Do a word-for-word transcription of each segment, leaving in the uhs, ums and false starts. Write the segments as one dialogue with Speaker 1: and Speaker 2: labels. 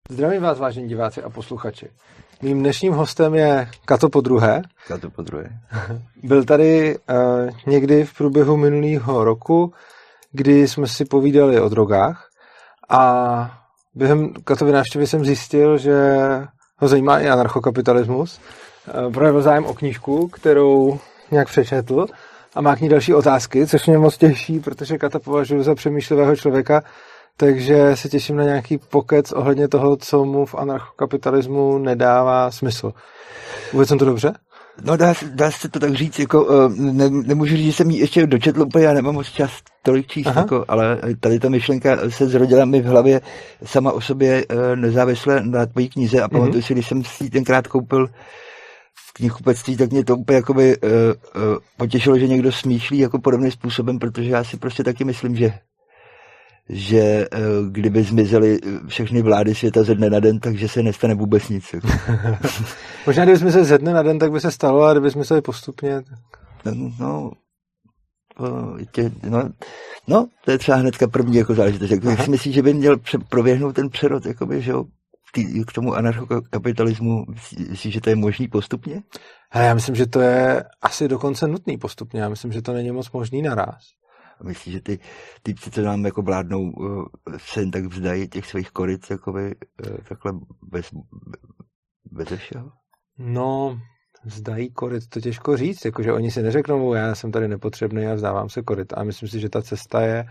Speaker 1: Zdravím vás, vážení diváci a posluchači. Mým dnešním hostem je Kato Podruhé.
Speaker 2: Kato Podruhé.
Speaker 1: Byl tady uh, někdy v průběhu minulého roku, kdy jsme si povídali o drogách a během Katovy návštěvy jsem zjistil, že ho zajímá i anarchokapitalismus. Uh, projevil zájem o knížku, kterou nějak přečetl a má k ní další otázky, což mě moc těší, protože Kata považuji za přemýšlivého člověka, takže se těším na nějaký pokec ohledně toho, co mu v anarchokapitalismu nedává smysl. Uvedl jsem to dobře?
Speaker 2: No dá, dá se to tak říct, jako ne, nemůžu říct, že jsem ji ještě dočetl úplně, já nemám moc čas tolik číst, jako, ale tady ta myšlenka se zrodila mi v hlavě sama o sobě nezávisle na tvojí knize a pamatuju mm-hmm. si, když jsem si ji tenkrát koupil v knihkupectví, tak mě to úplně jakoby uh, uh, potěšilo, že někdo smýšlí jako podobným způsobem, protože já si prostě taky myslím, že že uh, kdyby zmizely všechny vlády světa ze dne na den, takže se nestane vůbec nic. Jako.
Speaker 1: Možná kdyby zmizely ze dne na den, tak by se stalo, a kdyby zmizely postupně.
Speaker 2: No, no, tě, no, no, to je třeba hnedka první jako záležitost. Jak, jak si myslíš, že by měl pře- proběhnout ten přerod jakoby, že jo, k tomu anarchokapitalismu? Myslíš, že to je možný postupně?
Speaker 1: Hele, já myslím, že to je asi dokonce nutný postupně. Já myslím, že to není moc možný naráz.
Speaker 2: A myslíš, že ty typci, co nám jako vládnou, se jen tak vzdají těch svých koryt, jakoby, takhle bez, bez všeho?
Speaker 1: No, vzdají koryt, to těžko říct, jakože oni si neřeknou, já jsem tady nepotřebný a vzdávám se koryt. A myslím si, že ta cesta je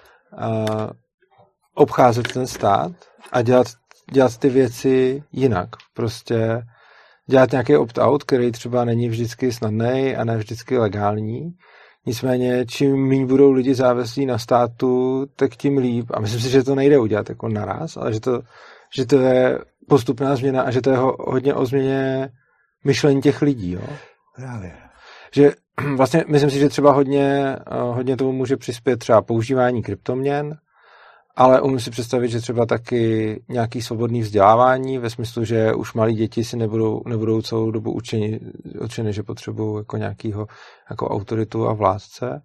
Speaker 1: uh, obcházet ten stát a dělat, dělat ty věci jinak. Prostě dělat nějaký opt-out, který třeba není vždycky snadný a ne vždycky legální. Nicméně, čím méně budou lidi závislí na státu, tak tím líp. A myslím si, že to nejde udělat jako naraz, ale že to, že to je postupná změna a že to je ho, hodně o změně myšlení těch lidí. Jo?
Speaker 2: Právě.
Speaker 1: Že vlastně myslím si, že třeba hodně, hodně tomu může přispět třeba používání kryptoměn, ale umím si představit, že třeba taky nějaký svobodný vzdělávání ve smyslu, že už malí děti si nebudou, nebudou celou dobu učeni, učeni, že potřebují jako nějakýho jako autoritu a vládce.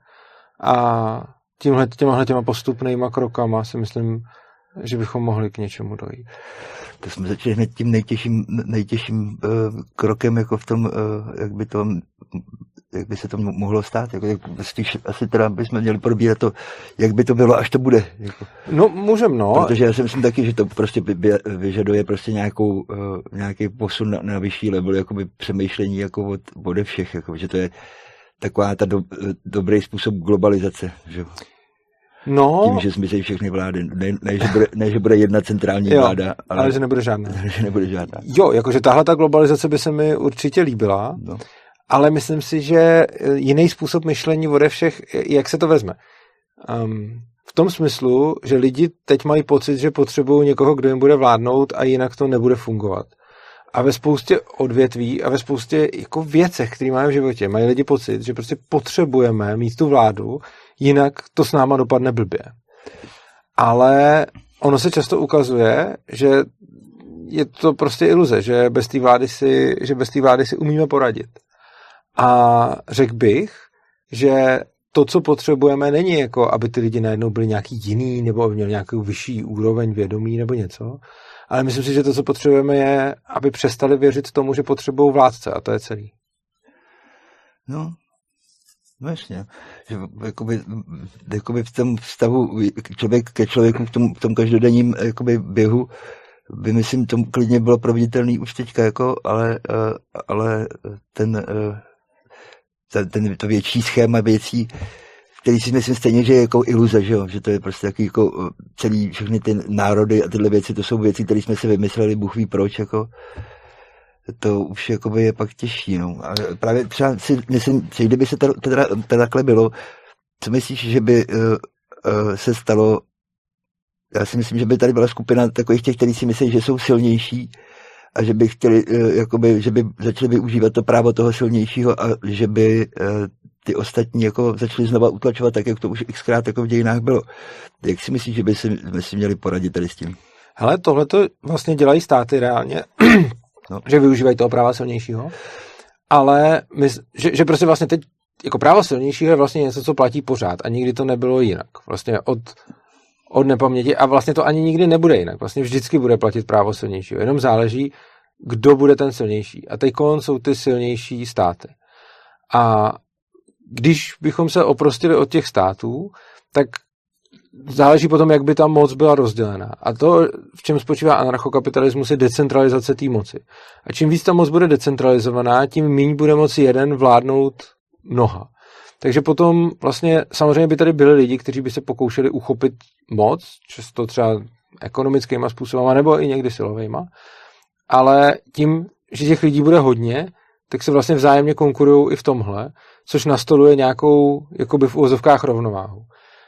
Speaker 1: A tímhle, těmahle těma postupnýma krokama si myslím, že bychom mohli k něčemu dojít.
Speaker 2: To jsme začali hned tím nejtěžším, nejtěžším uh, krokem, jako v tom, uh, jak by to, jak by se to mohlo stát. Jako, jak, spíš asi teda bychom měli probírat to, jak by to bylo, až to bude. Jako.
Speaker 1: No, můžem, no.
Speaker 2: Protože já si myslím taky, že to prostě vyžaduje prostě nějakou, uh, nějaký posun na, na vyšší level, jakoby přemýšlení jako od, ode všech, jako, že to je taková ta do, dobrý způsob globalizace, že
Speaker 1: No.
Speaker 2: Tím, že zmizejí všechny vlády. Ne, ne, že bude, ne, že bude jedna centrální
Speaker 1: jo,
Speaker 2: vláda, ale,
Speaker 1: ale že nebude žádná.
Speaker 2: že nebude žádná.
Speaker 1: Jo, jakože tahle ta globalizace by se mi určitě líbila, no. Ale myslím si, že jiný způsob myšlení ode všech, jak se to vezme. Um, v tom smyslu, že lidi teď mají pocit, že potřebují někoho, kdo jim bude vládnout a jinak to nebude fungovat. A ve spoustě odvětví a ve spoustě jako věcech, které máme v životě, mají lidi pocit, že prostě potřebujeme mít tu vládu, jinak to s náma dopadne blbě. Ale ono se často ukazuje, že je to prostě iluze, že bez té vlády si, že bez té vlády si umíme poradit. A řekl bych, že to, co potřebujeme, není jako, aby ty lidi najednou byli nějaký jiný, nebo aby měli nějakou vyšší úroveň vědomí nebo něco. Ale myslím si, že to, co potřebujeme, je, aby přestali věřit tomu, že potřebují vládce, a to je celý.
Speaker 2: No, vlastně. Že jakoby, jakoby v tom vztahu člověk ke člověku, v tom, v tom každodenním jakoby běhu, by myslím, to klidně bylo proveditelný už teďka, jako, ale, ale ten, ten, to větší schéma věcí, který si myslím stejně, že je jako iluze, že jo? Že to je prostě takový jako celý, všechny ty národy a tyhle věci, to jsou věci, které jsme si vymysleli, Bůh ví proč, jako to už jakoby je pak těžší, no. A právě třeba si myslím, že kdyby se to teda, teda takhle bylo, co myslíš, že by uh, uh, se stalo? Já si myslím, že by tady byla skupina takových těch, kteří si myslí, že jsou silnější a že by chtěli, uh, jakoby, že by začali využívat to právo toho silnějšího a že by uh, ty ostatní jako začali znova utlačovat tak, jak to už xkrát jako v dějinách bylo. Jak si myslíš, že by si, by si měli poradit tady s tím?
Speaker 1: Hele, tohle to vlastně dělají státy reálně, no. Že využívají toho práva silnějšího, ale my, že, že prostě vlastně teď jako právo silnějšího je vlastně něco, co platí pořád a nikdy to nebylo jinak. Vlastně od, od nepaměti a vlastně to ani nikdy nebude jinak. Vlastně vždycky bude platit právo silnějšího. Jenom záleží, kdo bude ten silnější. A teďkon jsou ty silnější státy. A když bychom se oprostili od těch států, tak záleží potom, jak by ta moc byla rozdělena. A to, v čem spočívá anarchokapitalismus, je decentralizace té moci. A čím víc ta moc bude decentralizovaná, tím méně bude moci jeden vládnout mnoha. Takže potom vlastně samozřejmě by tady byli lidi, kteří by se pokoušeli uchopit moc, často třeba ekonomickýma způsobama, nebo i někdy silovejma, ale tím, že těch lidí bude hodně, tak se vlastně vzájemně konkurují i v tomhle, což nastoluje nějakou, jakoby v uvozovkách rovnováhu.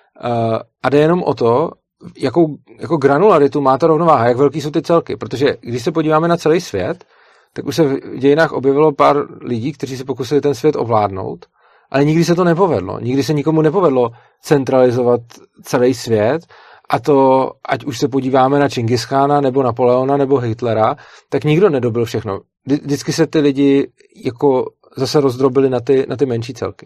Speaker 1: A jde jenom o to, jakou jako granularitu má ta rovnováha, jak velký jsou ty celky, protože když se podíváme na celý svět, tak už se v dějinách objevilo pár lidí, kteří se pokusili ten svět ovládnout, ale nikdy se to nepovedlo. Nikdy se nikomu nepovedlo centralizovat celý svět, a to, ať už se podíváme na Čingischána, nebo Napoleona, nebo Hitlera, tak nikdo nedobil všechno. Vždycky se ty lidi jako zase rozdrobili na ty, na ty menší celky.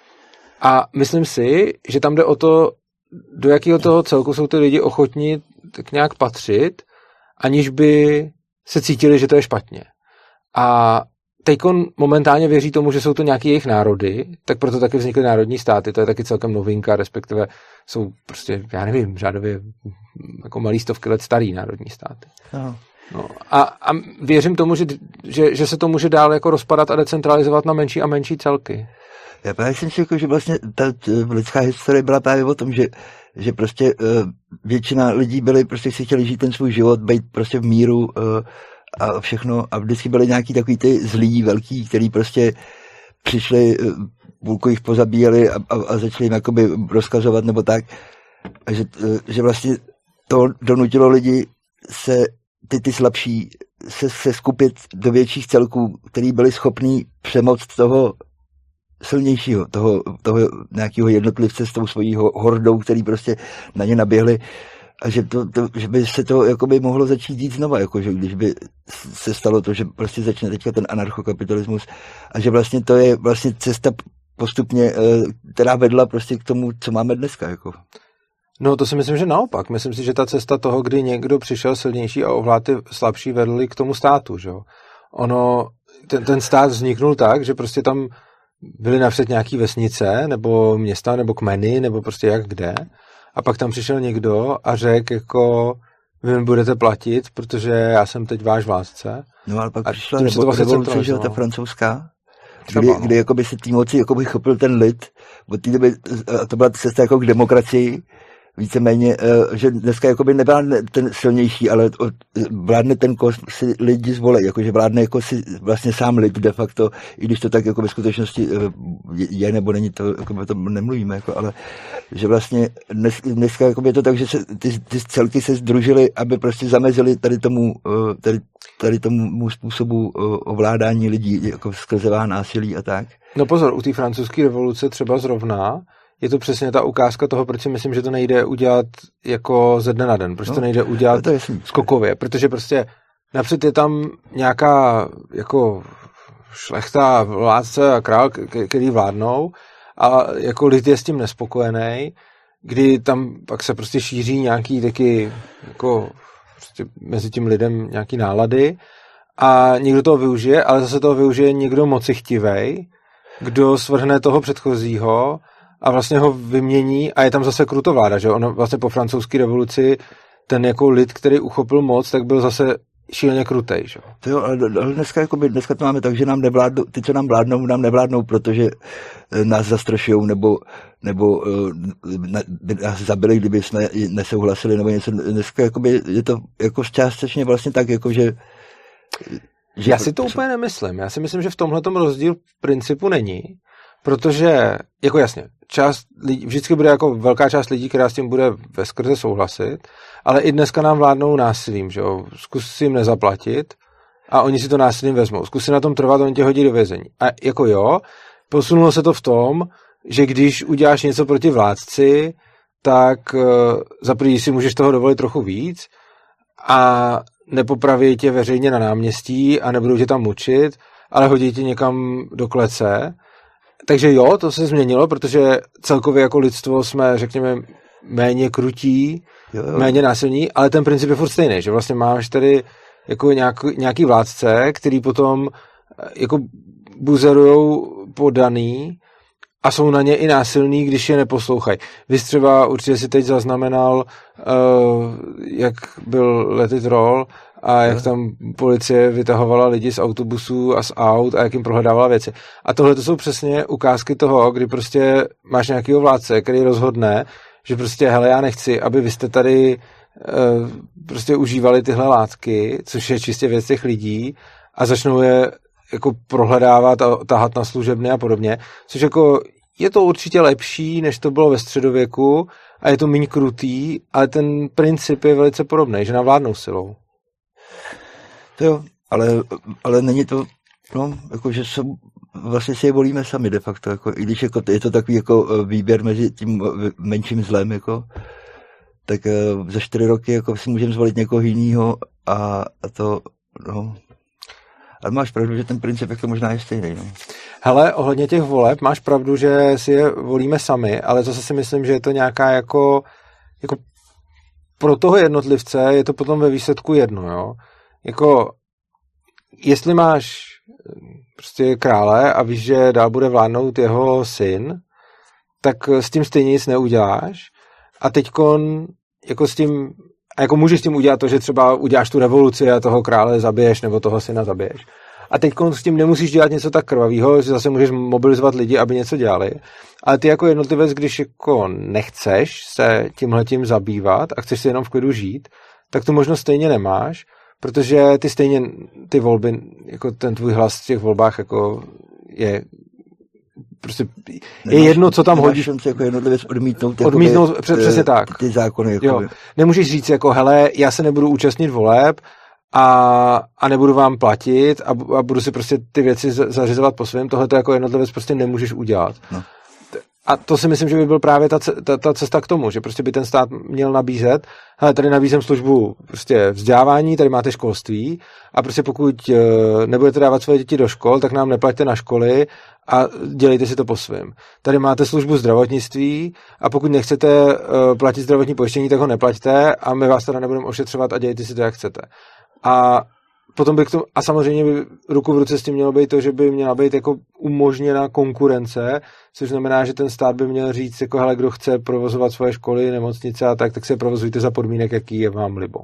Speaker 1: A myslím si, že tam jde o to, do jakého toho celku jsou ty lidi ochotní tak nějak patřit, aniž by se cítili, že to je špatně. A teďkon momentálně věří tomu, že jsou to nějaké jejich národy, tak proto taky vznikly národní státy, to je taky celkem novinka, respektive jsou prostě, já nevím, řádově jako malý stovky let starý národní státy. Aha. No, a, a věřím tomu, že, že, že se to může dál jako rozpadat a decentralizovat na menší a menší celky.
Speaker 2: Já právě jsem si řekl, že vlastně ta lidská historie byla právě o tom, že, že prostě uh, většina lidí byli, prostě si chtěli žít ten svůj život, být prostě v míru uh, a všechno a vždycky byly nějaký takový ty zlí velký, který prostě přišli, uh, půlku jich pozabíjeli a, a, a začali jim jakoby rozkazovat nebo tak. A že, uh, že vlastně to donutilo lidi se, ty, ty slabší, se, se skupit do větších celků, který byli schopní přemoct toho silnějšího, toho, toho nějakého jednotlivce s tou svojí hordou, který prostě na ně naběhli a že, to, to, že by se to jakoby mohlo začít dít znova, jakože když by se stalo to, že prostě začne teďka ten anarchokapitalismus a že vlastně to je vlastně cesta postupně, která vedla prostě k tomu, co máme dneska. Jako.
Speaker 1: No to si myslím, že naopak. Myslím si, že ta cesta toho, kdy někdo přišel silnější a ovládl ty slabší, vedly k tomu státu. Že? Ono, ten, ten stát vzniknul tak, že prostě tam byly napřed nějaký vesnice, nebo města, nebo kmeny, nebo prostě jak kde. A pak tam přišel někdo a řekl jako, vy mi budete platit, protože já jsem teď váš vládce.
Speaker 2: No ale pak a přišla nebo, vlastně revoluce, že ta francouzská, Třeba, kdy, no. kdy jakoby se té moci jakoby chopil ten lid, od té doby, to byla cesta jako k demokracii, víceméně, že dneska jakoby nevládne ten silnější, ale vládne ten, koho si lidi zvolej, jakože vládne jako si vlastně sám lid de facto, i když to tak jako ve skutečnosti je nebo není, to jako o tom nemluvíme, jako, ale že vlastně dnes, dneska jakoby je to tak, že se, ty, ty celky se sdružily, aby prostě zamezili tady tomu, tady, tady tomu způsobu ovládání lidí, jako skrze násilí a tak.
Speaker 1: No pozor, u té francouzské revoluce třeba zrovna je to přesně ta ukázka toho, proč si myslím, že to nejde udělat jako ze dne na den. Proč no, to nejde udělat to skokově. Protože prostě napřed je tam nějaká jako šlechta, vládce a král, který vládnou a jako lid je s tím nespokojený, kdy tam pak se prostě šíří nějaký taky jako prostě mezi tím lidem nějaký nálady a někdo toho využije, ale zase toho využije někdo mocichtivej, kdo svrhne toho předchozího a vlastně ho vymění a je tam zase krutovláda, že ono vlastně po francouzské revoluci ten jako lid, který uchopil moc, tak byl zase šíleně krutej, že?
Speaker 2: To jo, ale dneska, jakoby, dneska to máme tak, že nám nevládnou, ty, co nám vládnou, nám nevládnou, protože nás zastrašujou, nebo, nebo na, nás zabili, kdyby jsme nesouhlasili, nebo něco. Dneska jakoby, je to jako částečně vlastně tak, jako že
Speaker 1: Že Já si to úplně nemyslím. Já si myslím, že v tomhletom rozdíl v principu není, protože, jako jasně, část lidí, vždycky bude jako velká část lidí, která s tím bude veskrze souhlasit, ale i dneska nám vládnou násilím, že jo. Zkus si jim nezaplatit a oni si to násilím vezmou. Zkus si na tom trvat, oni tě hodí do vězení. A jako jo, posunulo se to v tom, že když uděláš něco proti vládci, tak uh, za první si můžeš toho dovolit trochu víc a nepopraví tě veřejně na náměstí a nebudou tě tam mučit, ale hodí tě někam do klece. Takže jo, to se změnilo, protože celkově jako lidstvo jsme, řekněme, méně krutí
Speaker 2: jo, jo.
Speaker 1: méně násilní, ale ten princip je furt stejný, že vlastně máš tady jako nějaký, nějaký vládce, který potom jako buzerujou podaný a jsou na ně i násilní, když je neposlouchají. Vy třeba určitě si teď zaznamenal, uh, jak byl Let It Roll a jak tam policie vytahovala lidi z autobusů a z aut a jak jim prohledávala věci. A tohle to jsou přesně ukázky toho, kdy prostě máš nějakýho vládce, který rozhodne, že prostě, hele, já nechci, aby vy jste tady uh, prostě užívali tyhle látky, což je čistě věc těch lidí, a začnou je jako prohledávat a tahat na služebny a podobně, což jako je to určitě lepší, než to bylo ve středověku a je to méně krutý, ale ten princip je velice podobný, že navládnou silou.
Speaker 2: To jo, ale, ale není to, no, jako, že jsou, vlastně si je volíme sami de facto, jako, i když jako, je to takový jako výběr mezi tím menším zlem, jako, tak za čtyři roky jako, si můžeme zvolit někoho jiného a, a to, no, ale máš pravdu, že ten princip jako možná je stejný. No.
Speaker 1: Hele, ohledně těch voleb máš pravdu, že si je volíme sami, ale zase si myslím, že je to nějaká jako, jako pro toho jednotlivce je to potom ve výsledku jedno, jo. Jako, jestli máš prostě krále a víš, že dál bude vládnout jeho syn, tak s tím stejně nic neuděláš a teďkon jako s tím, a jako můžeš s tím udělat to, že třeba uděláš tu revoluci a toho krále zabiješ nebo toho syna zabiješ. A teď s tím nemusíš dělat něco tak krvavého, že zase můžeš mobilizovat lidi, aby něco dělali. Ale ty jako jednotlivec, když jako nechceš se tímhletím zabývat a chceš si jenom v klidu žít, tak tu možnost stejně nemáš, protože ty stejně ty volby, jako ten tvůj hlas v těch volbách jako je prostě je nemáš, jedno, co tam hodíš.
Speaker 2: Nemáš jako jednotlivec odmítnout,
Speaker 1: odmítnout jakoby, přesně tak.
Speaker 2: Ty zákony. Jako
Speaker 1: jo. Nemůžeš říct jako, hele, já se nebudu účastnit voleb, A, a nebudu vám platit a, a budu si prostě ty věci zařizovat po svém. Tohle to jako jednotlivec prostě nemůžeš udělat. No. A to si myslím, že by byl právě ta, ta, ta cesta k tomu, že prostě by ten stát měl nabízet, hele, tady nabízím službu prostě vzdělávání, tady máte školství a prostě pokud nebudete dávat své děti do škol, tak nám neplaťte na školy a dělejte si to po svém. Tady máte službu zdravotnictví a pokud nechcete platit zdravotní pojištění, tak ho neplaťte a my vás teda nebudeme ošetřovat a dělejte si to, jak chcete. A potom by k tomu, a samozřejmě by ruku v ruce s tím mělo být to, že by měla být jako umožněna konkurence, což znamená, že ten stát by měl říct, jako hele, kdo chce provozovat svoje školy, nemocnice a tak, tak se je provozujte za podmínek, jaký je vám libo.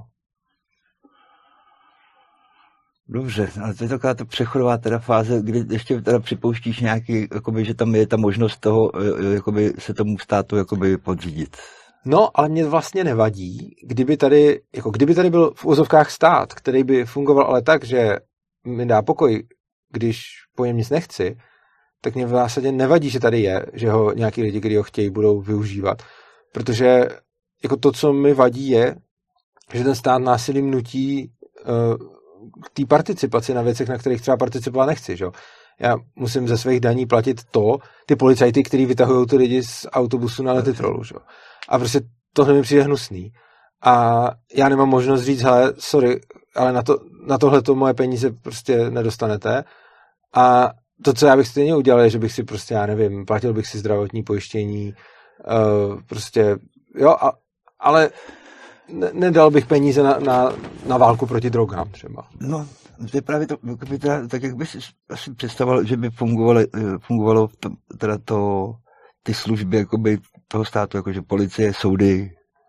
Speaker 2: Dobře, ale to je taková ta přechodová teda fáze, kdy ještě teda připouštíš nějaký, jakoby, že tam je ta možnost toho, jakoby, se tomu státu jakoby, podřídit.
Speaker 1: No, ale mě vlastně nevadí, kdyby tady, jako kdyby tady byl v úzovkách stát, který by fungoval ale tak, že mi dá pokoj, když po něm nic nechci, tak mě v zásadě nevadí, že tady je, že ho nějaký lidi, kteří ho chtějí, budou využívat. Protože jako to, co mi vadí, je, že ten stát násilím nutí uh, k té participaci na věcech, na kterých třeba participovat nechci, že? Já musím ze svých daní platit to, ty policajty, kteří vytahují ty lidi z autobusu na Let It Rollu, že? A prostě tohle mi přijde hnusný. A já nemám možnost říct, hele, sorry, ale na, to, na tohleto moje peníze prostě nedostanete. A to, co já bych stejně udělal, je, že bych si prostě, já nevím, platil bych si zdravotní pojištění, uh, prostě, jo, a, ale ne, nedal bych peníze na, na, na válku proti drogám třeba.
Speaker 2: No, to je právě to, tak jak bys asi představoval, že by fungovalo, fungovalo to, teda to, ty služby jakoby toho státu, jakože policie, soudy,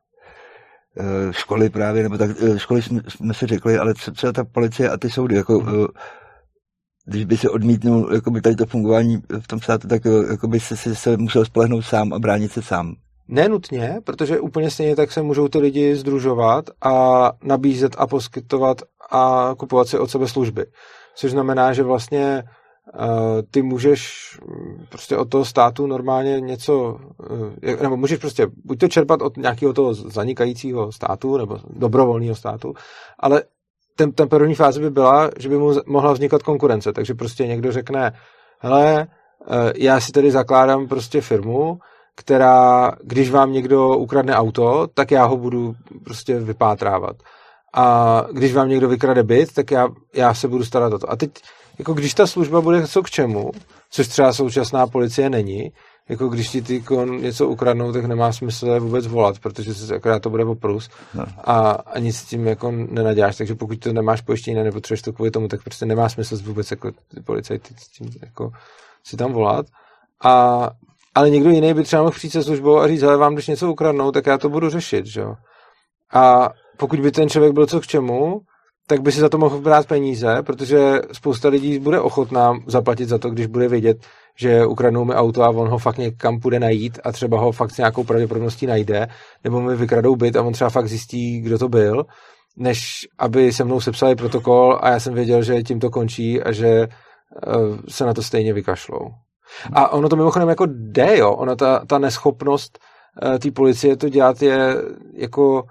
Speaker 2: školy právě, nebo tak, školy jsme si řekli, ale třeba ta policie a ty soudy, jako, hmm. když by se odmítnul jakoby tady to fungování v tom státu, tak jakoby se, se, se musel spolehnout sám a bránit se sám.
Speaker 1: Nenutně, protože úplně stejně tak se můžou ty lidi sdružovat a nabízet a poskytovat a kupovat si od sebe služby. Což znamená, že vlastně uh, ty můžeš prostě od toho státu normálně něco, uh, nebo můžeš prostě buď to čerpat od nějakého toho zanikajícího státu nebo dobrovolného státu, ale ten, ten první fáze by byla, že by mu mohla vznikat konkurence, takže prostě někdo řekne, hele, uh, já si tady zakládám prostě firmu, která, když vám někdo ukradne auto, tak já ho budu prostě vypátrávat. A když vám někdo vykrade byt, tak já, já se budu starat o to. A teď, jako když ta služba bude co k čemu, což třeba současná policie není, jako když ti ty něco ukradnou, tak nemá smysl je vůbec volat, protože se akorát to bude oprus no. a, a nic s tím jako nenaděláš, takže pokud to nemáš pojištění a nepotřebuješ to kvůli tomu, tak prostě nemá smysl vůbec jako ty policajty s tím jako si tam volat. A, ale někdo jiný by třeba mohl přijít se službou a říct, ale vám když něco ukradnou, tak já to budu řešit, že jo. A pokud by ten člověk byl co k čemu, tak by si za to mohl brát peníze, protože spousta lidí bude ochotná zaplatit za to, když bude vědět, že ukradnou mi auto a on ho fakt někam půjde najít a třeba ho fakt s nějakou pravděpodobností najde, nebo mi vykradou byt a on třeba fakt zjistí, kdo to byl, než aby se mnou sepsali protokol a já jsem věděl, že tím to končí a že uh, se na to stejně vykašlou. A ono to mimochodem jako jde, jo, ona ta, ta neschopnost uh, té policie to dělat je jako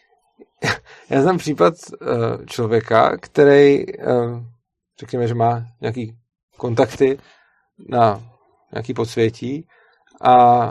Speaker 1: já znám případ uh, člověka, který, uh, řekněme, že má nějaký kontakty na nějaký podsvětí a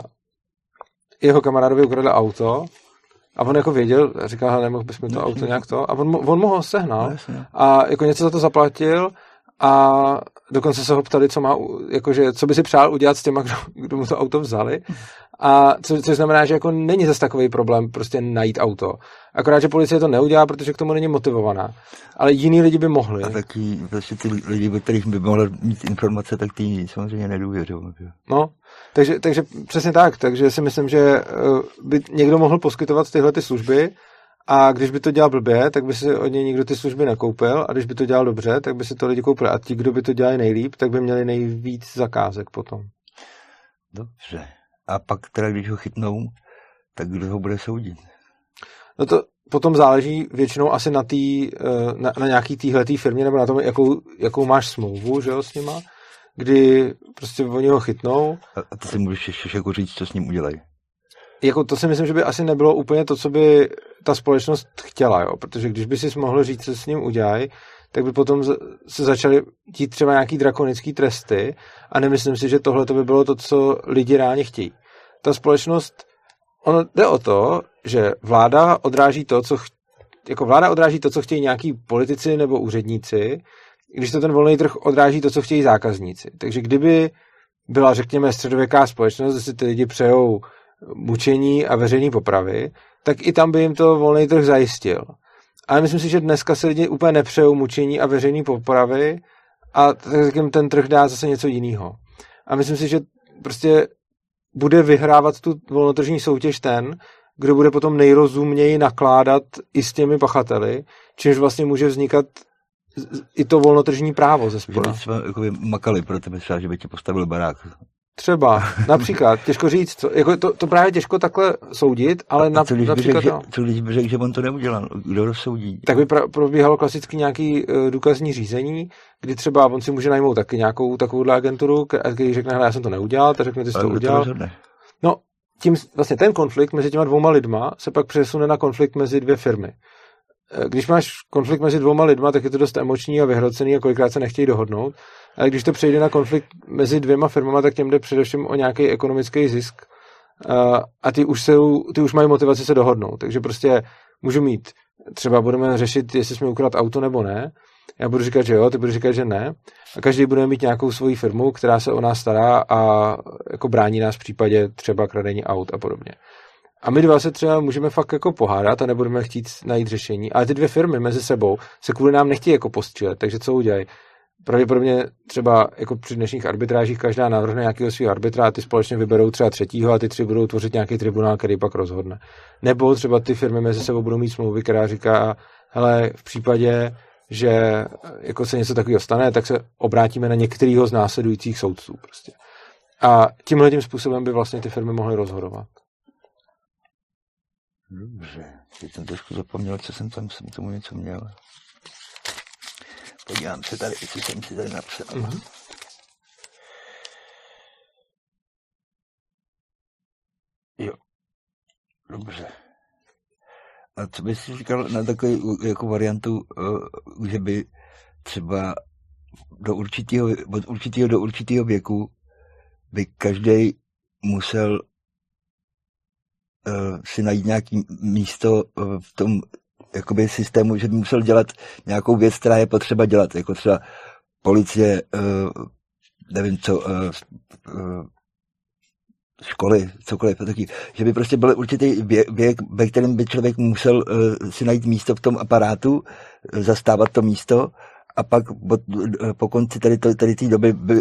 Speaker 1: jeho kamarádovi ukradl auto a on jako věděl, říkal, hele, nemohl bys mi to auto nějak to a on, on mu ho sehnal a jako něco za to zaplatil a dokonce se ho ptali, co má, jakože, co by si přál udělat s těma, kdo, kdo mu to auto vzali. A co, což znamená, že jako není zase takový problém prostě najít auto. Akorát, že policie to neudělá, protože k tomu není motivovaná. Ale jiní lidi by mohli.
Speaker 2: A taky vlastně ty lidi, o kterých by mohli mít informace, tak ty samozřejmě nedůvěřují.
Speaker 1: No, takže, takže přesně tak. Takže si myslím, že by někdo mohl poskytovat tyhle ty služby a když by to dělal blbě, tak by si od něj nikdo ty služby nekoupil a když by to dělal dobře, tak by si to lidi koupili. A ti, kdo by to dělali nejlíp, tak by měli nejvíc zakázek potom.
Speaker 2: Dobře. A pak teda, když ho chytnou, tak kdo ho bude soudit?
Speaker 1: No to potom záleží většinou asi na, tý, na, na nějaký týhletý firmě nebo na tom, jakou, jakou máš smlouvu, že jo, s nima, kdy prostě oni ho chytnou.
Speaker 2: A ty si můžeš ještě jako říct, co s ním udělají?
Speaker 1: Jako to si myslím, že by asi nebylo úplně to, co by ta společnost chtěla, jo, protože když by si mohl říct, co s ním udělají, tak by potom se začaly dít třeba nějaký drakonický tresty a nemyslím si, že tohle to by bylo to, co lidi reálně chtějí. Ta společnost, ono jde o to, že vláda odráží to, co ch... jako vláda odráží to, co chtějí nějaký politici nebo úředníci, když to ten volný trh odráží to, co chtějí zákazníci. Takže kdyby byla, řekněme, středověká společnost, kde si ty lidi přejou mučení a veřejné popravy, tak i tam by jim to volný trh zajistil. Ale myslím si, že dneska se lidi úplně nepřejou mučení a veřejné popravy a tak jim ten trh dá zase něco jiného. A myslím si, že prostě bude vyhrávat tu volnotržní soutěž ten, kdo bude potom nejrozumněji nakládat i s těmi pachateli, čímž vlastně může vznikat i to volnotržní právo ze spoda.
Speaker 2: Že by třeba jako makali pro tebe třeba, že by ti postavil barák.
Speaker 1: Třeba, například, těžko říct, co, jako to, to právě těžko takhle soudit, ale na,
Speaker 2: co
Speaker 1: například...
Speaker 2: Řekl, no. Co když by řekl, že on to neudělal, kdo rozsoudí?
Speaker 1: Tak by pra, probíhalo klasicky nějaký uh, důkazní řízení, kdy třeba on si může najmout taky nějakou takovouhle agenturu, který řekne, hele, já jsem to neudělal, tak řekne, ty jsi to udělal.
Speaker 2: To
Speaker 1: no, tím vlastně ten konflikt mezi těma dvouma lidma se pak přesune na konflikt mezi dvě firmy. Když máš konflikt mezi dvouma lidma, tak je to dost emoční a vyhrocený a kolikrát se nechtějí dohodnout. Ale když to přejde na konflikt mezi dvěma firmama, tak těm jde především o nějaký ekonomický zisk. A ty už, se, ty už mají motivaci se dohodnout. Takže prostě můžu mít, třeba budeme řešit, jestli jsme ukradl auto nebo ne. Já budu říkat, že jo, ty budu říkat, že ne. A každý bude mít nějakou svoji firmu, která se o nás stará a jako brání nás v případě třeba kradení aut a podobně. A my dva se třeba můžeme fakt jako pohádat a nebudeme chtít najít řešení, ale ty dvě firmy mezi sebou se kvůli nám nechtějí jako postřílet, takže co udělají? Pravděpodobně třeba jako při dnešních arbitrážích každá navrhne nějakého svého arbitra a ty společně vyberou třeba třetího a ty tři budou tvořit nějaký tribunál, který pak rozhodne. Nebo třeba ty firmy mezi sebou budou mít smlouvy, která říká, hele, v případě, že jako se něco takového stane, tak se obrátíme na některého z následujících soudců prostě. A tímhletím způsobem by vlastně ty firmy mohly rozhodovat.
Speaker 2: Dobře, teď jsem trošku zapomněl, co jsem tam jsem tomu něco měl. Podívám se tady, jestli jsem si tady napsal. Mm-hmm. Jo, dobře. A co bys si říkal na takovou jako variantu, že by třeba do určitého, od určitého do určitého věku by každý musel uh, si najít nějaké místo v tom jakoby systému, že by musel dělat nějakou věc, která je potřeba dělat, jako třeba policie, uh, nevím co, uh, uh, školy, cokoliv, taky, že by prostě byl určitý věk, věk, ve kterém by člověk musel uh, si najít místo v tom aparátu, uh, zastávat to místo a pak po, uh, po konci tady, tady té doby by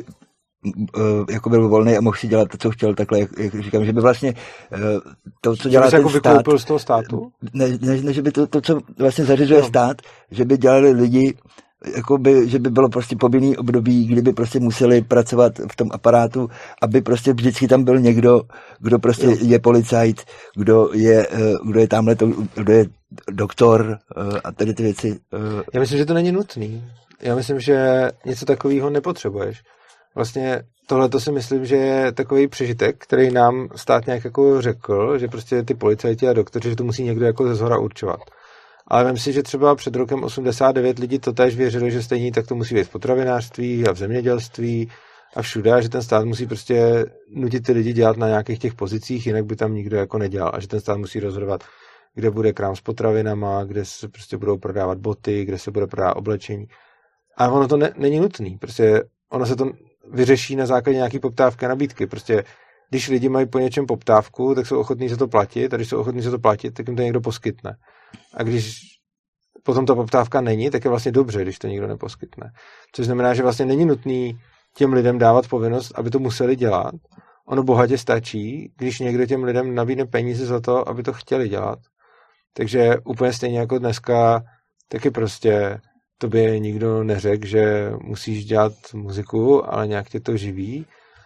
Speaker 2: uh, jako byl volný a mohl si dělat to, co chtěl, takhle, jak, jak říkám, že by vlastně uh, to, co dělá
Speaker 1: ten
Speaker 2: jako
Speaker 1: stát, z toho státu?
Speaker 2: Ne, ne, ne, že by to, to co vlastně zařizuje no. stát, že by dělali lidi, jakoby, že by bylo prostě povinný období, kdyby prostě museli pracovat v tom aparátu, aby prostě vždycky tam byl někdo, kdo prostě jo. je policajt, kdo je, kdo je tamhle, to, kdo je doktor a tady ty věci.
Speaker 1: Já myslím, že to není nutný. Já myslím, že něco takového nepotřebuješ. Vlastně tohle to si myslím, že je takový přežitek, který nám stát nějak jako řekl, že prostě ty policajti a doktoři, že to musí někdo jako ze zhora určovat. Ale vem si, že třeba před rokem osmdesát devět lidi to též věřili, že stejně tak to musí být v potravinářství a v zemědělství a všude, a že ten stát musí prostě nutit ty lidi dělat na nějakých těch pozicích, jinak by tam nikdo jako nedělal, a že ten stát musí rozhodovat, kde bude krám s potravinama, kde se prostě budou prodávat boty, kde se bude prodávat oblečení. A ono to ne, není nutný, prostě ono se to vyřeší na základě nějaký poptávky a nabídky. Prostě když lidi mají po něčem poptávku, tak jsou ochotní za to platit, a když jsou ochotní za to platit, tak jim to někdo poskytne. A když potom ta poptávka není, tak je vlastně dobře, když to nikdo neposkytne. Což znamená, že vlastně není nutný těm lidem dávat povinnost, aby to museli dělat. Ono bohatě stačí, když někdo těm lidem nabídne peníze za to, aby to chtěli dělat. Takže úplně stejně jako dneska, taky prostě tobě nikdo neřekl, že musíš dělat muziku, ale nějak tě to živí.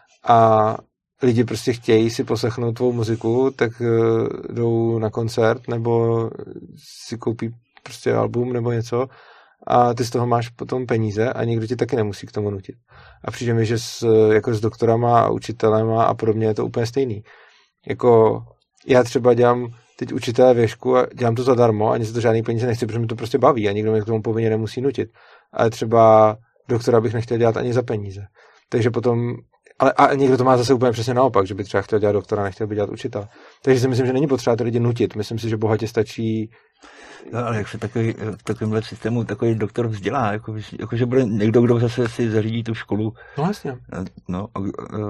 Speaker 1: A lidi prostě chtějí si poslechnout tvou muziku, tak uh, jdou na koncert nebo si koupí prostě album nebo něco a ty z toho máš potom peníze a nikdo ti taky nemusí k tomu nutit. A přijde mi, že s, jako s doktorama a učitelema a podobně je to úplně stejný. Jako já třeba dělám teď učitele věšku a dělám to zadarmo, ani se to žádný peníze nechci, protože mi to prostě baví a nikdo mě k tomu povinně nemusí nutit. Ale třeba doktora bych nechtěl dělat ani za peníze. Takže potom Ale a někdo to má zase úplně přesně naopak, že by třeba chtěl dělat doktora, nechtěl by dělat učitel. Takže si myslím, že není potřeba to lidi nutit. Myslím si, že bohatě stačí.
Speaker 2: No, ale jak se takový, v takovémhle systému takový doktor vzdělá, jako, jako že bude někdo, kdo zase si zařídí tu školu.
Speaker 1: No vlastně.
Speaker 2: No, a,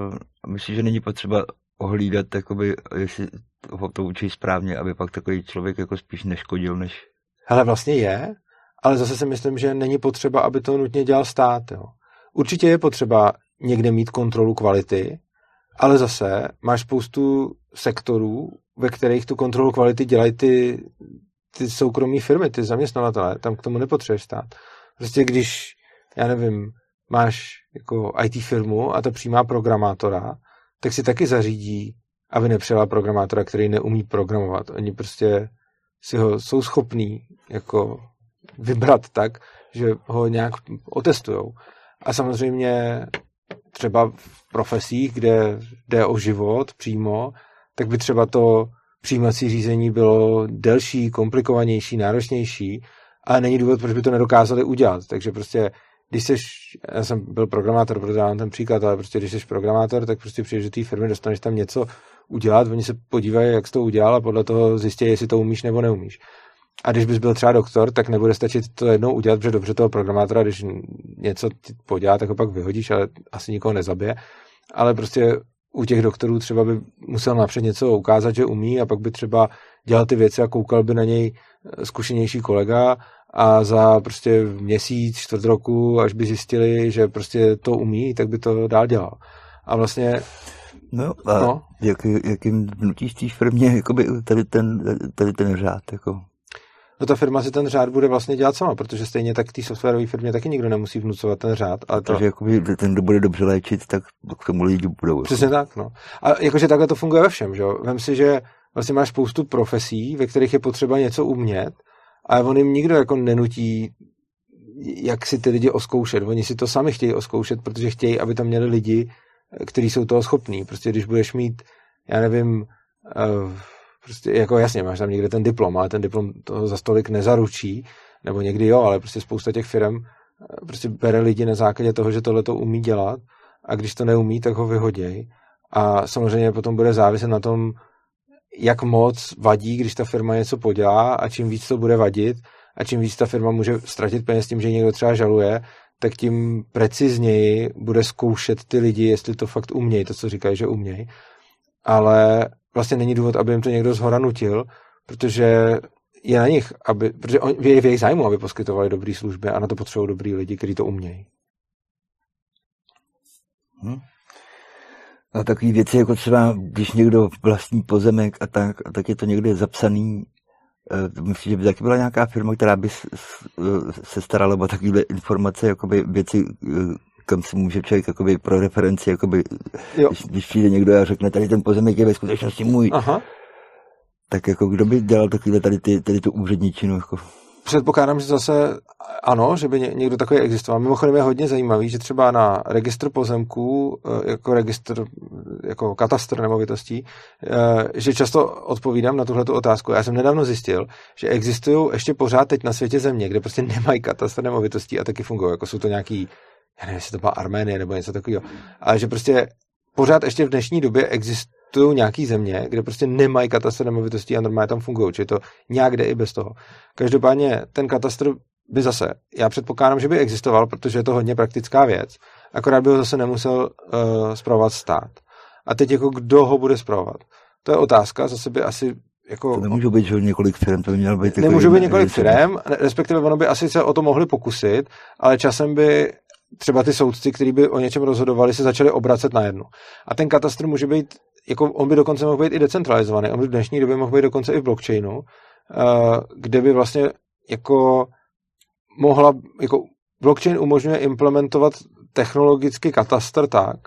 Speaker 2: a myslím, že není potřeba ohlídat, jakoby, jestli ho to učí správně, aby pak takový člověk jako spíš neškodil, než...
Speaker 1: Hele, vlastně je, ale zase si myslím, že není potřeba, aby to nutně dělal stát. Jo. Určitě je potřeba někde mít kontrolu kvality, ale zase máš spoustu sektorů, ve kterých tu kontrolu kvality dělají ty, ty soukromé firmy, ty zaměstnavatelé, tam k tomu nepotřebuješ stát. Prostě když, já nevím, máš jako í té firmu a ta přijímá programátora, tak si taky zařídí, aby nepřijala programátora, který neumí programovat. Oni prostě si ho jsou schopní jako vybrat tak, že ho nějak otestujou. A samozřejmě třeba v profesích, kde jde o život přímo, tak by třeba to přijímací řízení bylo delší, komplikovanější, náročnější, ale není důvod, proč by to nedokázali udělat. Takže prostě, když jsi, já jsem byl programátor, protože dávám ten příklad, ale prostě když jsi programátor, tak prostě přijdeš do té firmy, dostaneš tam něco udělat, oni se podívají, jak jsi to udělal a podle toho zjistí, jestli to umíš nebo neumíš. A když bys byl třeba doktor, tak nebude stačit to jednou udělat, protože dobře toho programátora, když něco podělá, tak ho pak vyhodíš, ale asi nikoho nezabije. Ale prostě u těch doktorů třeba by musel napřed něco ukázat, že umí, a pak by třeba dělal ty věci a koukal by na něj zkušenější kolega a za prostě měsíc, čtvrt roku, až by zjistili, že prostě to umí, tak by to dál dělal. A vlastně...
Speaker 2: No a no. Jak, jakým vnutíš té firmě jakoby tady ten, tady ten řád, jako...
Speaker 1: No ta firma si ten řád bude vlastně dělat sama, protože stejně tak té softwarové firmě taky nikdo nemusí vnucovat ten řád. Ale to...
Speaker 2: Takže jakoby ten, kdo bude dobře léčit, tak k tomu lidi budou.
Speaker 1: Přesně tak, no. A jakože takhle to funguje ve všem, že jo. Vem si, že vlastně máš spoustu profesí, ve kterých je potřeba něco umět, ale on jim nikdo jako nenutí, jak si ty lidi oskoušet. Oni si to sami chtějí oskoušet, protože chtějí, aby tam měli lidi, kteří jsou toho schopní. Prostě když budeš mít, já nevím, uh, prostě jako jasně, máš tam někde ten diplom, ale ten diplom toho za stolik nezaručí, nebo někdy jo, ale prostě spousta těch firm prostě bere lidi na základě toho, že tohle to umí dělat, a když to neumí, tak ho vyhoděj. A samozřejmě potom bude záviset na tom, jak moc vadí, když ta firma něco podělá, a čím víc to bude vadit a čím víc ta firma může ztratit peněz tím, že někdo třeba žaluje, tak tím precizněji bude zkoušet ty lidi, jestli to fakt umějí, to, co říkají, že umějí. ale vlastně není důvod, aby jim to někdo zhora nutil, protože je na nich, aby, protože on, je v jejich zájmu, aby poskytovali dobré služby a na to potřebují dobrý lidi, kteří to umějí.
Speaker 2: Hmm. A takový věci, jako třeba, když někdo vlastní pozemek a tak, a tak je to někde zapsaný. Myslím, že by taky byla nějaká firma, která by se starala o takovéhle informace, jakoby věci, kam si může člověk jakoby pro referenci, jakoby, když, když přijde někdo a řekne, tady ten pozemek je ve skutečnosti můj. Aha. Tak jako kdo by dělal takovýhle tady, ty, tady tu úředničinu? Jako?
Speaker 1: Předpokládám, že zase ano, že by někdo takový existoval. Mimochodem je hodně zajímavý, že třeba na registr pozemků, jako registr, jako katastr nemovitostí, že často odpovídám na tuhletu otázku. Já jsem nedávno zjistil, že existují ještě pořád teď na světě země, kde prostě nemají katastr nemovitostí a taky fungují. Jako jsou to nějaký, já nevím, jestli to byla Arménie nebo něco takového, ale že prostě pořád ještě v dnešní době existují nějaký země, kde prostě nemají katastr nemovitostí a normálně tam fungují, čiže to nějak jde i bez toho. Každopádně ten katastr by zase, já předpokládám, že by existoval, protože je to hodně praktická věc, akorát by ho zase nemusel uh, spravovat stát. A teď jako kdo ho bude spravovat? To je otázka, zase by asi jako...
Speaker 2: To nemůže být, že několik firm, to by mělo být...
Speaker 1: Nemůže být několik firm, respektive ono by asi se o to mohli pokusit, ale časem by třeba ty soudci, kteří by o něčem rozhodovali, se začali obracet na jednu. A ten katastr může být, jako on by dokonce mohl být i decentralizovaný, on by v dnešní době mohl být dokonce i v blockchainu, kde by vlastně jako mohla, jako blockchain umožňuje implementovat technologicky katastr tak,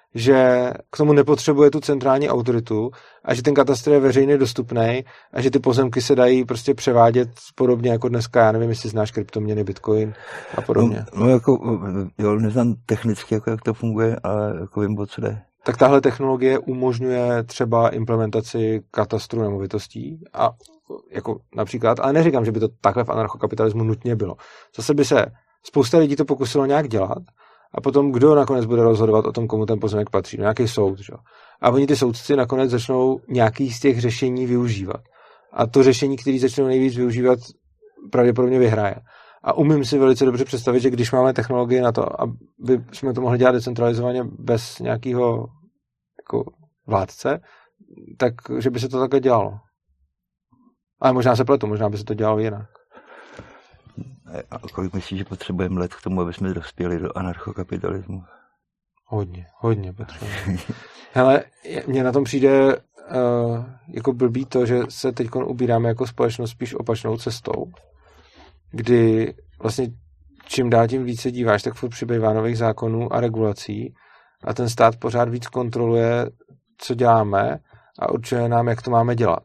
Speaker 1: že k tomu nepotřebuje tu centrální autoritu a že ten katastr je veřejně dostupný a že ty pozemky se dají prostě převádět podobně jako dneska, já nevím, jestli znáš kryptoměny, bitcoin a podobně.
Speaker 2: No, no jako, jo, neznám technicky, jako, jak to funguje, ale jako vím, o co jde.
Speaker 1: Tak tahle technologie umožňuje třeba implementaci katastru nemovitostí a jako například, ale neříkám, že by to takhle v anarchokapitalismu nutně bylo. Zase by se spousta lidí to pokusilo nějak dělat a potom kdo nakonec bude rozhodovat o tom, komu ten pozemek patří? No, nějaký soud, že? A oni ty soudci nakonec začnou nějaký z těch řešení využívat. A to řešení, který začnou nejvíc využívat, pravděpodobně vyhraje. A umím si velice dobře představit, že když máme technologie na to, aby jsme to mohli dělat decentralizovaně bez nějakého jako vládce, tak že by se to takhle dělalo. Ale možná se pletu, možná by se to dělalo jinak.
Speaker 2: A kolik myslíš, že potřebujeme let k tomu, aby jsme dospěli do anarchokapitalismu?
Speaker 1: Hodně, hodně potřebujeme. Hele, mně na tom přijde uh, jako blbý to, že se teď ubíráme jako společnost spíš opačnou cestou, kdy vlastně čím dál tím více díváš, tak furt přibývá nových zákonů a regulací a ten stát pořád víc kontroluje, co děláme a určuje nám, jak to máme dělat.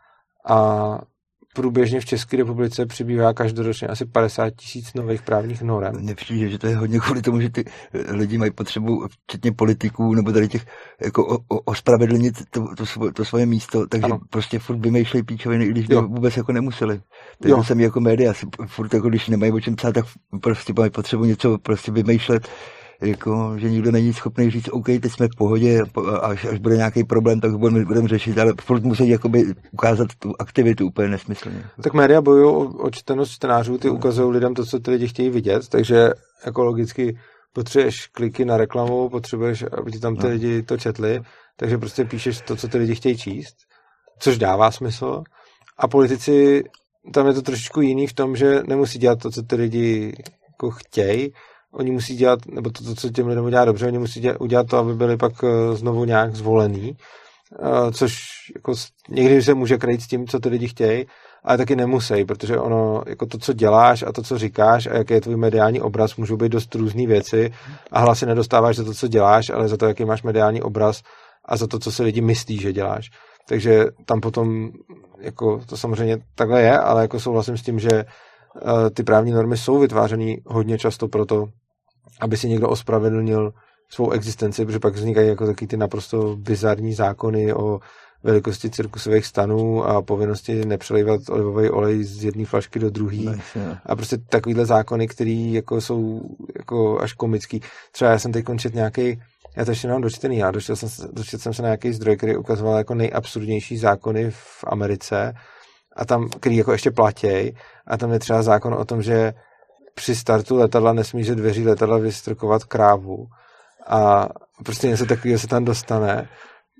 Speaker 1: A průběžně v České republice přibývá každoročně asi padesát tisíc nových právních norem.
Speaker 2: Nepřijde, že to je hodně kvůli tomu, že ty lidi mají potřebu, včetně politiků, nebo tady těch, jako o, o, ospravedlnit to, to, svoje, to svoje místo, takže ano. Prostě furt vymýšlejí píčoviny, i když by vůbec jako nemuseli. Takže jsem jako média, si furt jako když nemají o čem psát, tak prostě mají potřebu něco prostě vymýšlet, jako, že nikdo není schopný říct, OK, teď jsme v pohodě, až, až bude nějaký problém, tak budeme, budeme řešit, ale furt musí jakoby ukázat tu aktivitu úplně nesmyslně.
Speaker 1: Tak média bojují o, o čtenost čtenářů, ty ukazují lidem to, co ty lidi chtějí vidět, takže jako logicky potřebuješ kliky na reklamu, potřebuješ, aby ti tam ty no. lidi to četli, takže prostě píšeš to, co ty lidi chtějí číst, což dává smysl. A politici, tam je to trošičku jiný v tom, že nemusí dělat to, co ty lidi jako chtějí, oni musí dělat, nebo to, to co těm lidem udělá dobře, oni musí dělat, udělat to, aby byli pak znovu nějak zvolený, což jako někdy se může krýt s tím, co ty lidi chtějí, ale taky nemusí, protože ono, jako to, co děláš a to, co říkáš a jaký je tvůj mediální obraz, můžou být dost různý věci a hlasy nedostáváš za to, co děláš, ale za to, jaký máš mediální obraz a za to, co si lidi myslí, že děláš. Takže tam potom, jako to samozřejmě takhle je, ale jako souhlasím s tím, že ty právní normy jsou vytvářeny hodně často proto, aby si někdo ospravedlnil svou existenci, protože pak vznikají jako taky ty naprosto bizarní zákony o velikosti cirkusových stanů a povinnosti nepřelejvat olivový olej z jedné flašky do druhé. A prostě takovýhle zákony, které jako jsou jako až komický. Třeba já jsem teď končit nějaký, já to ještě nemám dočtený, já dočetl jsem, dočetl jsem se na nějaký zdroj, který ukazoval jako nejabsurdnější zákony v Americe a tam, který jako ještě platěj, a tam je třeba zákon o tom, že při startu letadla nesmí ze dveří letadla vystrkovat krávu a prostě něco takového se tam dostane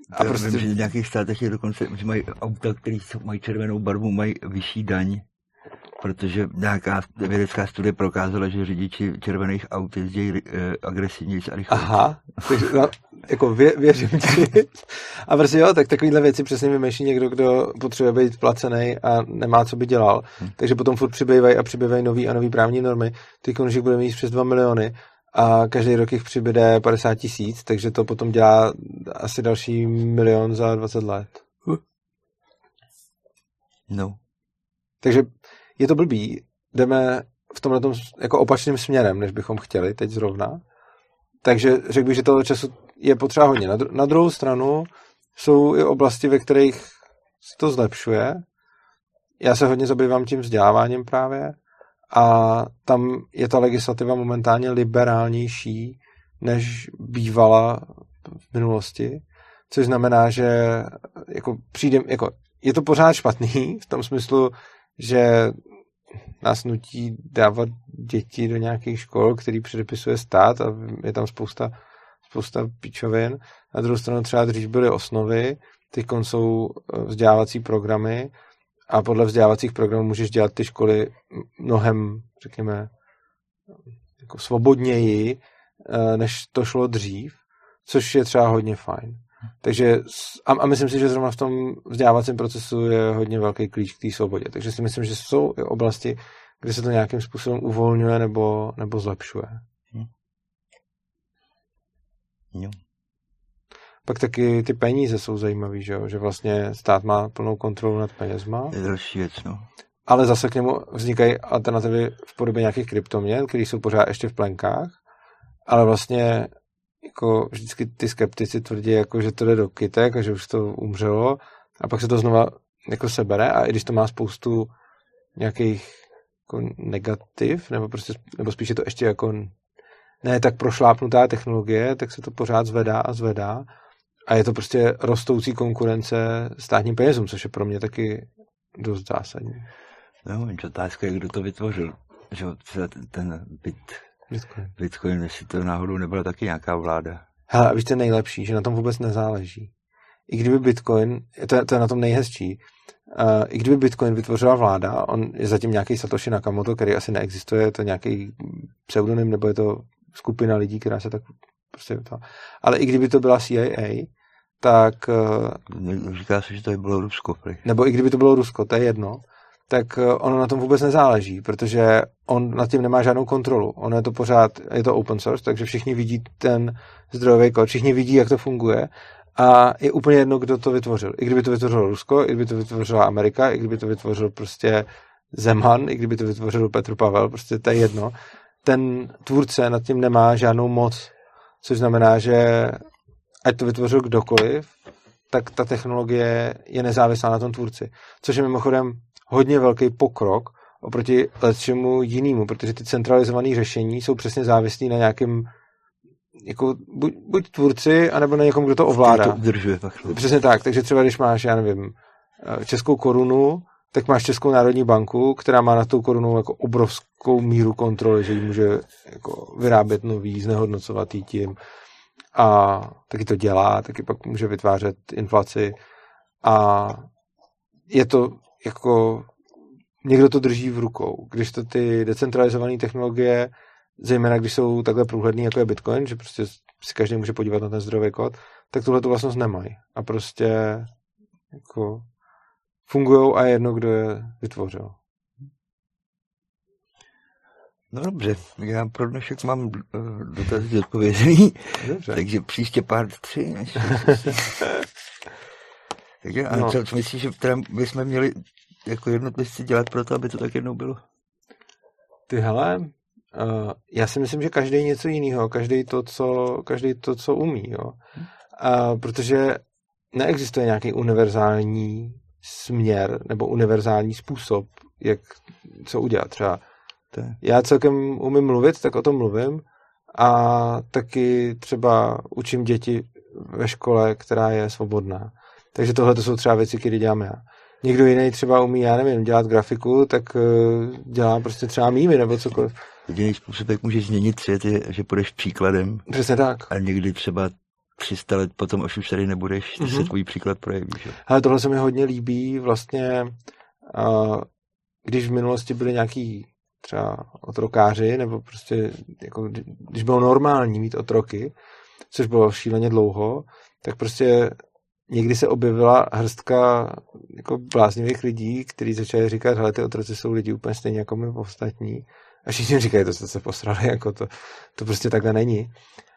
Speaker 1: A
Speaker 2: Já
Speaker 1: prostě...
Speaker 2: vím, že v nějakých státech je dokonce, že mají auta, které mají červenou barvu, mají vyšší daň, protože nějaká vědecká studie prokázala, že řidiči červených aut jezdí eh, agresivněji a rychleji.
Speaker 1: Aha, takže no, jako vě, věřím ti. A prostě jo, tak takovýhle věci přesně vymýšlí někdo, kdo potřebuje být placený a nemá, co by dělal. Hmm. Takže potom furt přibývají a přibývají nový a nový právní normy. Ty konžík bude mít přes dva miliony a každý rok jich přibyde padesát tisíc, takže to potom dělá asi další milion za dvacet let.
Speaker 2: No.
Speaker 1: Takže je to blbý. Jdeme v tomhletom jako opačným směrem, než bychom chtěli teď zrovna. Takže řekl bych, že toho času je potřeba hodně. Na, dru- na druhou stranu jsou i oblasti, ve kterých se to zlepšuje. Já se hodně zabývám tím vzděláváním právě a tam je ta legislativa momentálně liberálnější, než bývala v minulosti, což znamená, že jako přijde, jako je to pořád špatný v tom smyslu, že nás nutí dávat děti do nějakých škol, který předepisuje stát a je tam spousta, spousta pičovin. Na druhou stranu třeba dřív byly osnovy, teď jsou vzdělávací programy a podle vzdělávacích programů můžeš dělat ty školy mnohem, řekněme, jako svobodněji, než to šlo dřív, což je třeba hodně fajn. Takže a, a myslím si, že zrovna v tom vzdělávacím procesu je hodně velký klíč k té svobodě. Takže si myslím, že jsou i oblasti, kde se to nějakým způsobem uvolňuje nebo, nebo zlepšuje.
Speaker 2: Hmm. Jo.
Speaker 1: Pak taky ty peníze jsou zajímavý, že, že vlastně stát má plnou kontrolu nad penězma.
Speaker 2: Je další věc, no.
Speaker 1: Ale zase k němu vznikají alternativy v podobě nějakých kryptoměn, které jsou pořád ještě v plenkách, ale vlastně jako vždycky ty skeptici tvrdí, jako, že to jde do kytek a že už to umřelo a pak se to znova jako sebere a i když to má spoustu nějakých jako negativ, nebo, prostě, nebo spíš je to ještě jako ne tak prošlápnutá technologie, tak se to pořád zvedá a zvedá a je to prostě rostoucí konkurence státním penězům, což je pro mě taky dost zásadní.
Speaker 2: No, otázka je, kdo to vytvořil, že ten bit
Speaker 1: Bitcoin.
Speaker 2: Bitcoin, jestli to náhodou nebyla taky nějaká vláda.
Speaker 1: Hele, a víš, to je nejlepší, že na tom vůbec nezáleží. I kdyby Bitcoin, to je, to je na tom nejhezčí, uh, i kdyby Bitcoin vytvořila vláda, on je zatím nějaký Satoshi Nakamoto, který asi neexistuje, je to nějaký pseudonym, nebo je to skupina lidí, která se tak prostě to. Ale i kdyby to byla C I A, tak... Uh,
Speaker 2: Říká se, že to bylo Rusko. Prý.
Speaker 1: Nebo i kdyby to bylo Rusko, to je jedno, tak ono na tom vůbec nezáleží, protože on nad tím nemá žádnou kontrolu. Ono je to pořád, je to open source, takže všichni vidí ten zdrojový kód, všichni vidí, jak to funguje a je úplně jedno, kdo to vytvořil. I kdyby to vytvořilo Rusko, i kdyby to vytvořila Amerika, i kdyby to vytvořil prostě Zeman, i kdyby to vytvořil Petr Pavel, prostě to je jedno. Ten tvůrce nad tím nemá žádnou moc, což znamená, že ať to vytvořil kdokoliv, tak ta technologie je nezávislá na tom tvůrci. Což je mimochodem hodně velký pokrok oproti lepšímu jinému, protože ty centralizované řešení jsou přesně závislí na nějakém jako buď, buď tvůrci, anebo na někom, kdo to ovládá.
Speaker 2: To udržuje, tak.
Speaker 1: Přesně tak, takže třeba když máš, já nevím, českou korunu, tak máš Českou národní banku, která má na tou korunou jako obrovskou míru kontroly, že ji může jako vyrábět nový, znehodnocovat jí tím a taky to dělá, taky pak může vytvářet inflaci a je to jako někdo to drží v rukou. Když to ty decentralizované technologie, zejména když jsou takhle průhledný, jako je Bitcoin, že prostě si každý může podívat na ten zdrojový kód, tak tuhle tu vlastnost nemají. A prostě jako fungujou a je jedno, kdo je vytvořil.
Speaker 2: No dobře, já pro dnešek mám dotazy odpovězený, takže příště pár tři. Než... takže, a no. co, co myslíš, že teda bychom měli jako jednotlivci dělat pro to, aby to tak jednou bylo?
Speaker 1: Ty hele, uh, já si myslím, že každý něco jiného, každý to, co, každý to, co umí, jo. Uh, protože neexistuje nějaký univerzální směr nebo univerzální způsob, jak co udělat. Třeba já celkem umím mluvit, tak o tom mluvím a taky třeba učím děti ve škole, která je svobodná. Takže tohle to jsou třeba věci, které dělám já. Někdo jiný třeba umí, já nevím, dělat grafiku, tak dělá prostě třeba mýmy nebo cokoliv.
Speaker 2: Jediný způsob, jak můžeš změnit svět, je, že půjdeš příkladem.
Speaker 1: Přesně tak.
Speaker 2: A někdy třeba tři sta let potom, až už tady nebudeš, mm-hmm. se tvůj příklad projeví. Že?
Speaker 1: Ale tohle se mi hodně líbí vlastně, uh, když v minulosti byly nějaký třeba otrokáři, nebo prostě jako, když bylo normální mít otroky, což bylo šíleně dlouho, tak prostě někdy se objevila hrstka jako bláznivých lidí, kteří začali říkat, hele, ty otroci jsou lidi úplně stejně jako my ostatní. A všichni říkají, to jste se posrali, jako to, to prostě takhle není.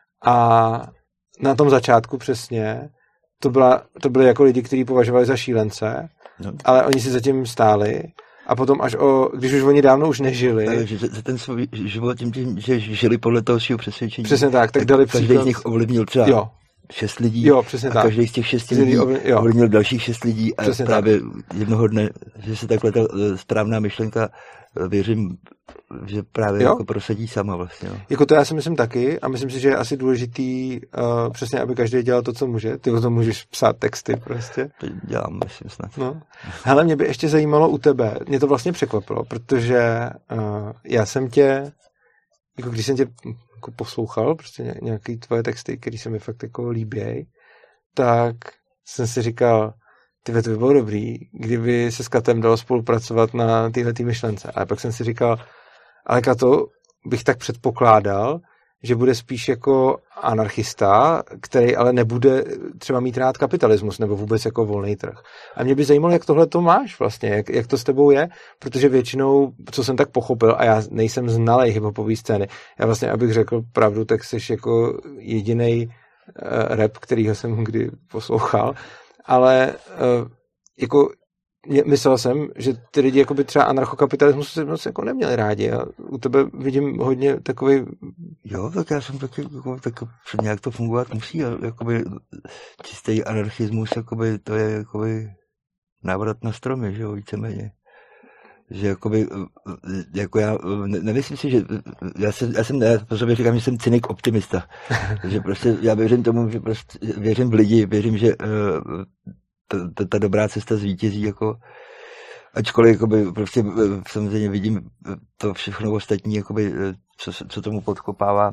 Speaker 1: A na tom začátku přesně to, byla, to byly jako lidi, kteří považovali za šílence, no. Ale oni si zatím stáli. A potom až o, když už oni dávno už nežili.
Speaker 2: Ale že za ten svůj život tím, tím, že žili podle toho svého přesvědčení.
Speaker 1: Přesně tak, tak, tak dali
Speaker 2: každý
Speaker 1: příklad.
Speaker 2: z nich ovlivnil třeba jo. šest lidí.
Speaker 1: Jo, přesně
Speaker 2: a
Speaker 1: tak.
Speaker 2: každý z těch šesti lidí jo. ovlivnil dalších šest lidí a
Speaker 1: přesně
Speaker 2: právě
Speaker 1: tak.
Speaker 2: jednoho dne, že se takhle ta správná myšlenka, věřím, že právě jo. jako prosadí sama vlastně. Jo.
Speaker 1: Jako to já si myslím taky a myslím si, že je asi důležitý uh, přesně, aby každý dělal to, co může. Ty o tom můžeš psát texty prostě.
Speaker 2: To dělám, myslím snad.
Speaker 1: No. Hele, mě by ještě zajímalo u tebe, mě to vlastně překvapilo, protože uh, já jsem tě, jako když jsem tě jako poslouchal, prostě nějaký tvoje texty, které se mi fakt jako líbějí, tak jsem si říkal, tyhle, to by bylo dobrý, kdyby se s Katem dalo spolupracovat na téhletý myšlence. Ale pak jsem si říkal, ale Kato bych tak předpokládal, že bude spíš jako anarchista, který ale nebude třeba mít rád kapitalismus nebo vůbec jako volný trh. A mě by zajímalo, jak tohle to máš vlastně, jak, jak to s tebou je, protože většinou, co jsem tak pochopil, a já nejsem znalej hiphopový scény, já vlastně, abych řekl pravdu, tak jsi jako jedinej uh, rap, kterýho jsem kdy poslouchal, ale uh, jako myslel jsem, že ty lidi jako by třeba anarchokapitalismus se moc jako neměli rádi a u tebe vidím hodně takový.
Speaker 2: Jo, tak já jsem taky, jako, tak nějak to fungovat musí, a jakoby čistý anarchismus, jakoby to je jakoby návrat na stromy, že jo, víceméně. Že jakoby, jako já, nemyslím si, že já, se, já jsem, já po sobě říkám, že jsem cynik optimista, že prostě já věřím tomu, že prostě věřím v lidi, věřím, že uh, ta, ta, ta dobrá cesta zvítězí, jako, ačkoliv jakoby, prostě samozřejmě vidím to všechno ostatní, jakoby, co, co tomu podkopává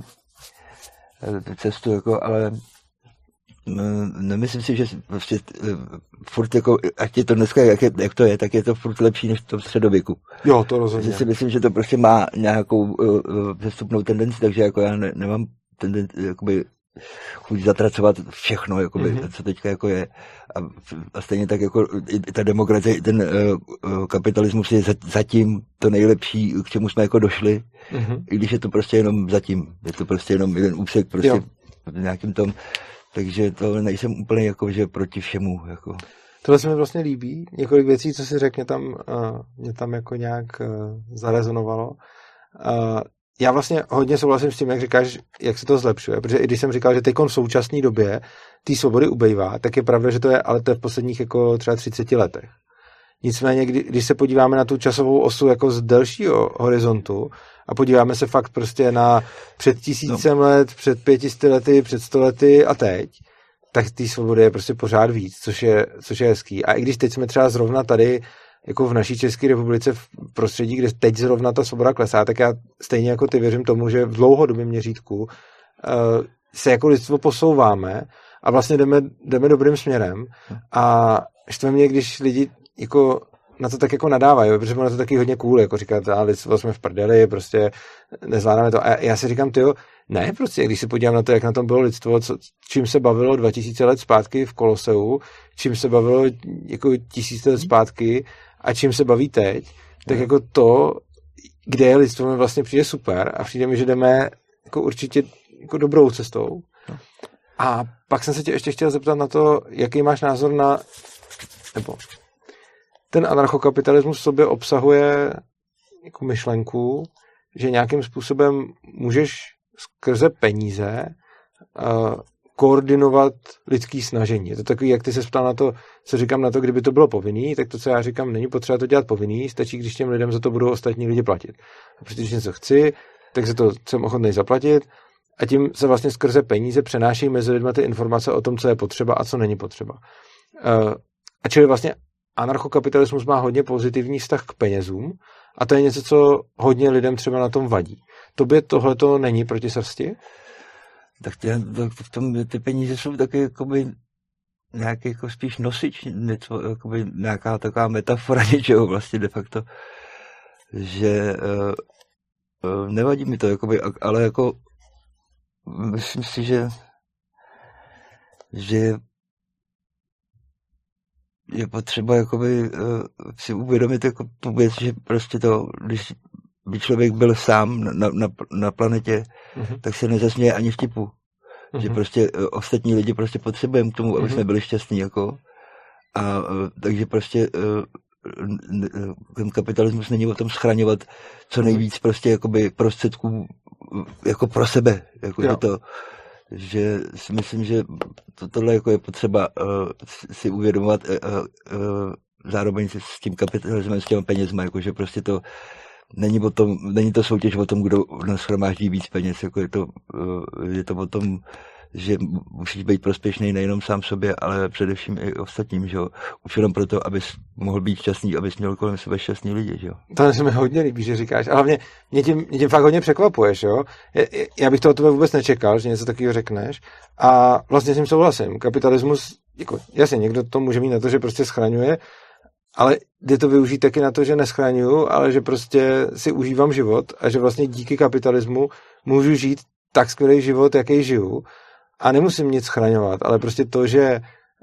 Speaker 2: tu cestu, jako, ale nemyslím si, že prostě furt jako, ať je to dneska, jak, je, jak to je, tak je to furt lepší než v tom středověku.
Speaker 1: Jo, to rozhodně.
Speaker 2: Já si myslím, že to prostě má nějakou uh, přestupnou tendenci, takže jako já ne, nemám tendenci, jakoby, chuť zatracovat všechno, jakoby, mm-hmm. co teďka jako je. A, a stejně tak jako i ta demokracie, ten uh, kapitalismus je zatím to nejlepší, k čemu jsme jako došli, mm-hmm. i když je to prostě jenom zatím. Je to prostě jenom jeden úsek prostě jo. v nějakým tom. Takže to nejsem úplně jako, že proti všemu. Jako.
Speaker 1: Tohle se mi vlastně líbí. Několik věcí, co si řekl, mě tam, uh, mě tam jako nějak uh, zarezonovalo. Uh, Já vlastně hodně souhlasím s tím, jak říkáš, jak se to zlepšuje, protože i když jsem říkal, že teď v současné době té svobody ubejvá, tak je pravda, že to je, ale to je v posledních jako třeba třiceti letech. Nicméně, kdy, když se podíváme na tu časovou osu jako z delšího horizontu a podíváme se fakt prostě na před tisícem no. let, před pětisty lety, před sto lety a teď, tak té svobody je prostě pořád víc, což je, což je hezký. A i když teď jsme třeba zrovna tady jako v naší České republice v prostředí, kde teď zrovna ta svoboda klesá, tak já stejně jako ty věřím tomu, že v dlouhodobém měřítku uh, se jako lidstvo posouváme a vlastně jdeme, jdeme dobrým směrem a štve mě, když lidi jako na to tak jako nadávají, protože na to taky hodně cool, jako říkat, a lidstvo jsme v prdeli, prostě nezvládáme to. A já si říkám, tyjo, ne, prostě, když se podívám na to, jak na tom bylo lidstvo, co, čím se bavilo dva tisíce let zpátky v Koloseu, čím se bavilo jako tisíce let zpátky a čím se baví teď, tak jako to, kde je lidstvo, mi vlastně přijde super a přijde mi, že jdeme jako určitě jako dobrou cestou. A pak jsem se tě ještě chtěl zeptat na to, jaký máš názor na, nebo ten anarchokapitalismus v sobě obsahuje jako myšlenku, že nějakým způsobem můžeš skrze peníze uh, koordinovat lidský snažení. Je to takový, jak ty se ptal na to, co říkám na to, kdyby to bylo povinný, tak to, co já říkám, není potřeba to dělat povinný, stačí, když těm lidem za to budou ostatní lidi platit. A protože když něco chci, tak se to jsem ochotný zaplatit a tím se vlastně skrze peníze přenášejí mezi lidmi ty informace o tom, co je potřeba a co není potřeba. Uh, a čili vlastně anarchokapitalismus má hodně pozitivní vztah k penězům a to je něco, co hodně lidem třeba na tom vadí. Tobě tohleto není proti srsti?
Speaker 2: Tak ty, v tom ty peníze jsou taky jakoby nějaký jako spíš nosič, něco, jakoby nějaká taková metafora něčeho vlastně de facto, že uh, uh, nevadí mi to, jakoby, ale jako myslím si, že že je potřeba jakoby uh, si uvědomit jako tu věc, že prostě to, když by člověk byl sám na, na, na planetě, mm-hmm. tak se nezasměje ani vtipu. Mm-hmm. Že prostě uh, ostatní lidi prostě potřebujeme k tomu, mm-hmm. aby jsme byli šťastní, jako. A uh, takže prostě uh, ten kapitalismus není o tom schraňovat co nejvíc prostě jakoby prostředků jako pro sebe. Jako že, to, že si myslím, že to, tohle jako je potřeba uh, si uvědomovat uh, uh, zároveň si s tím kapitalismem, s těmi penězma, jako že prostě to není, o tom, není to soutěž o tom, kdo nashromáždí víc peněz, jako je to, uh, je to o tom, že musíš být prospěšný nejenom sám sobě, ale především i ostatním, že jo. Už jenom proto, abys mohl být šťastný, abys měl kolem sebe šťastný lidi, že jo.
Speaker 1: To se mi hodně líbí, že říkáš, ale hlavně mě tím, mě tím fakt hodně překvapuješ, jo. Já bych to od tebe vůbec nečekal, že něco takového řekneš a vlastně s tím souhlasím. Kapitalismus, jako, jasně, někdo to může mít na to, že prostě schraňuje, ale jde to využít taky na to, že neschraňuju, ale že prostě si užívám život a že vlastně díky kapitalismu můžu žít tak skvělý život, jaký žiju. A nemusím nic schraňovat, ale prostě to, že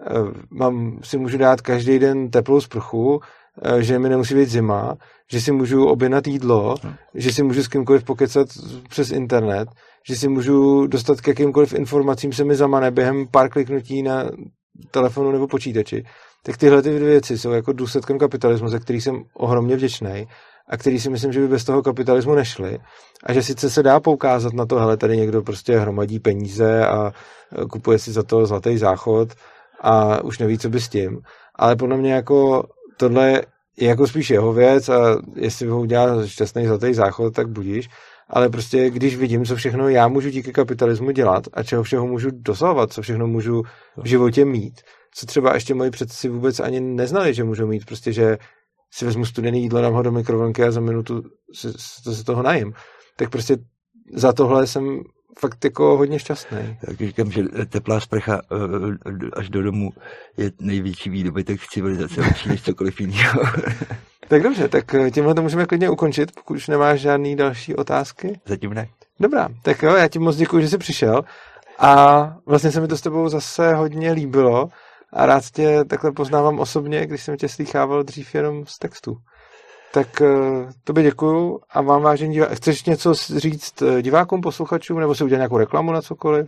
Speaker 1: mám, si můžu dát každý den teplou sprchu, že mi nemusí být zima, že si můžu objednat jídlo, hmm. že si můžu s kýmkoliv pokecat přes internet, že si můžu dostat k jakýmkoliv informacím, se mi zamane během pár kliknutí na telefonu nebo počítači. Tak tyhle ty dvě věci jsou jako důsledkem kapitalismu, za který jsem ohromně vděčný a který si myslím, že by bez toho kapitalismu nešli. A že sice se dá poukázat na to, hele, tady někdo prostě hromadí peníze a kupuje si za to zlatý záchod a už neví, co by s tím. Ale podle mě jako tohle je jako spíš jeho věc a jestli ho udělá šťastný zlatý záchod, tak budíš. Ale prostě když vidím, co všechno já můžu díky kapitalismu dělat a čeho všeho můžu dosahovat, co všechno můžu v životě mít, co třeba ještě moji předci vůbec ani neznali, že můžou mít, prostě, že si vezmu studený jídlo, dám ho do mikrovlnky a za minutu se, se toho najím. Tak prostě za tohle jsem fakt jako hodně šťastný.
Speaker 2: Tak říkám, že teplá sprcha až do domu je největší výdobytek civilizace, lepší než cokoliv jiného.
Speaker 1: Tak dobře, tak tímhle to můžeme klidně ukončit, pokud už nemáš žádný další otázky.
Speaker 2: Zatím ne.
Speaker 1: Dobrá, tak jo, já ti moc děkuji, že jsi přišel a vlastně se mi to s tebou zase hodně líbilo a rád tě takhle poznávám osobně, když jsem tě slýchával dřív jenom z textu. Tak tobě děkuju a vám, vážení diváci. Chceš něco říct divákům, posluchačům, nebo si udělat nějakou reklamu na cokoliv?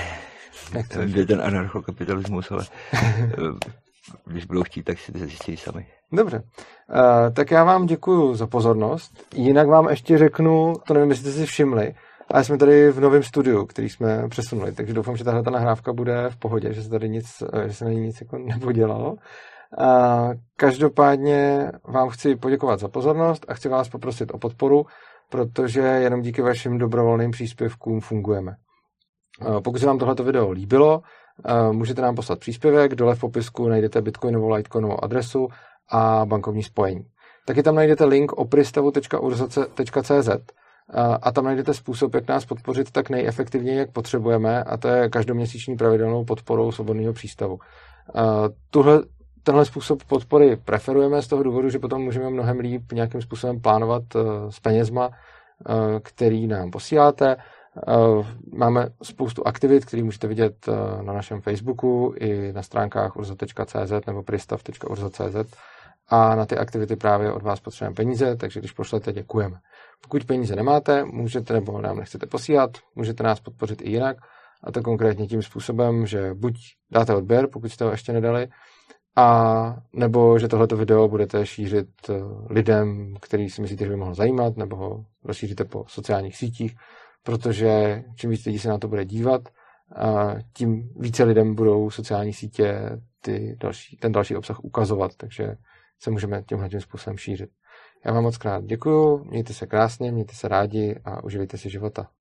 Speaker 2: Ne, to je ten anarchokapitalismus, ale když budou chtít, tak si to zjistí sami.
Speaker 1: Dobře, uh, tak já vám děkuju za pozornost. Jinak vám ještě řeknu, to nevím, jestli jste si všimli, ale jsme tady v novém studiu, který jsme přesunuli, takže doufám, že tahle ta nahrávka bude v pohodě, že se tady nic, že se na ní nic jako nepodělalo. Uh, každopádně vám chci poděkovat za pozornost a chci vás poprosit o podporu, protože jenom díky vašim dobrovolným příspěvkům fungujeme. Uh, pokud se vám tohleto video líbilo, uh, můžete nám poslat příspěvek, dole v popisku najdete bitcoinovou, litecoinovou adresu a bankovní spojení. Taky tam najdete link opristavu tečka urza tečka cz a tam najdete způsob, jak nás podpořit tak nejefektivněji, jak potřebujeme, a to je každoměsíční pravidelnou podporou Svobodného přístavu. Tuhle, tenhle způsob podpory preferujeme z toho důvodu, že potom můžeme mnohem líp nějakým způsobem plánovat s penězma, který nám posíláte. Máme spoustu aktivit, které můžete vidět na našem Facebooku i na stránkách urza tečka cz nebo pristav tečka urza tečka cz a na ty aktivity právě od vás potřebujeme peníze, takže když pošlete, děkujeme. Pokud peníze nemáte, můžete nebo nám nechcete posílat, můžete nás podpořit i jinak, a to konkrétně tím způsobem, že buď dáte odběr, pokud jste ho ještě nedali, a nebo že tohleto video budete šířit lidem, který si myslíte, že by mohl zajímat, nebo ho rozšíříte po sociálních sítích, protože čím víc lidí se na to bude dívat, tím více lidem budou sociální sítě ty další, ten další obsah ukazovat, takže se můžeme tímhle tím způsobem šířit. Já vám moc krát děkuju, mějte se krásně, mějte se rádi a uživejte si života.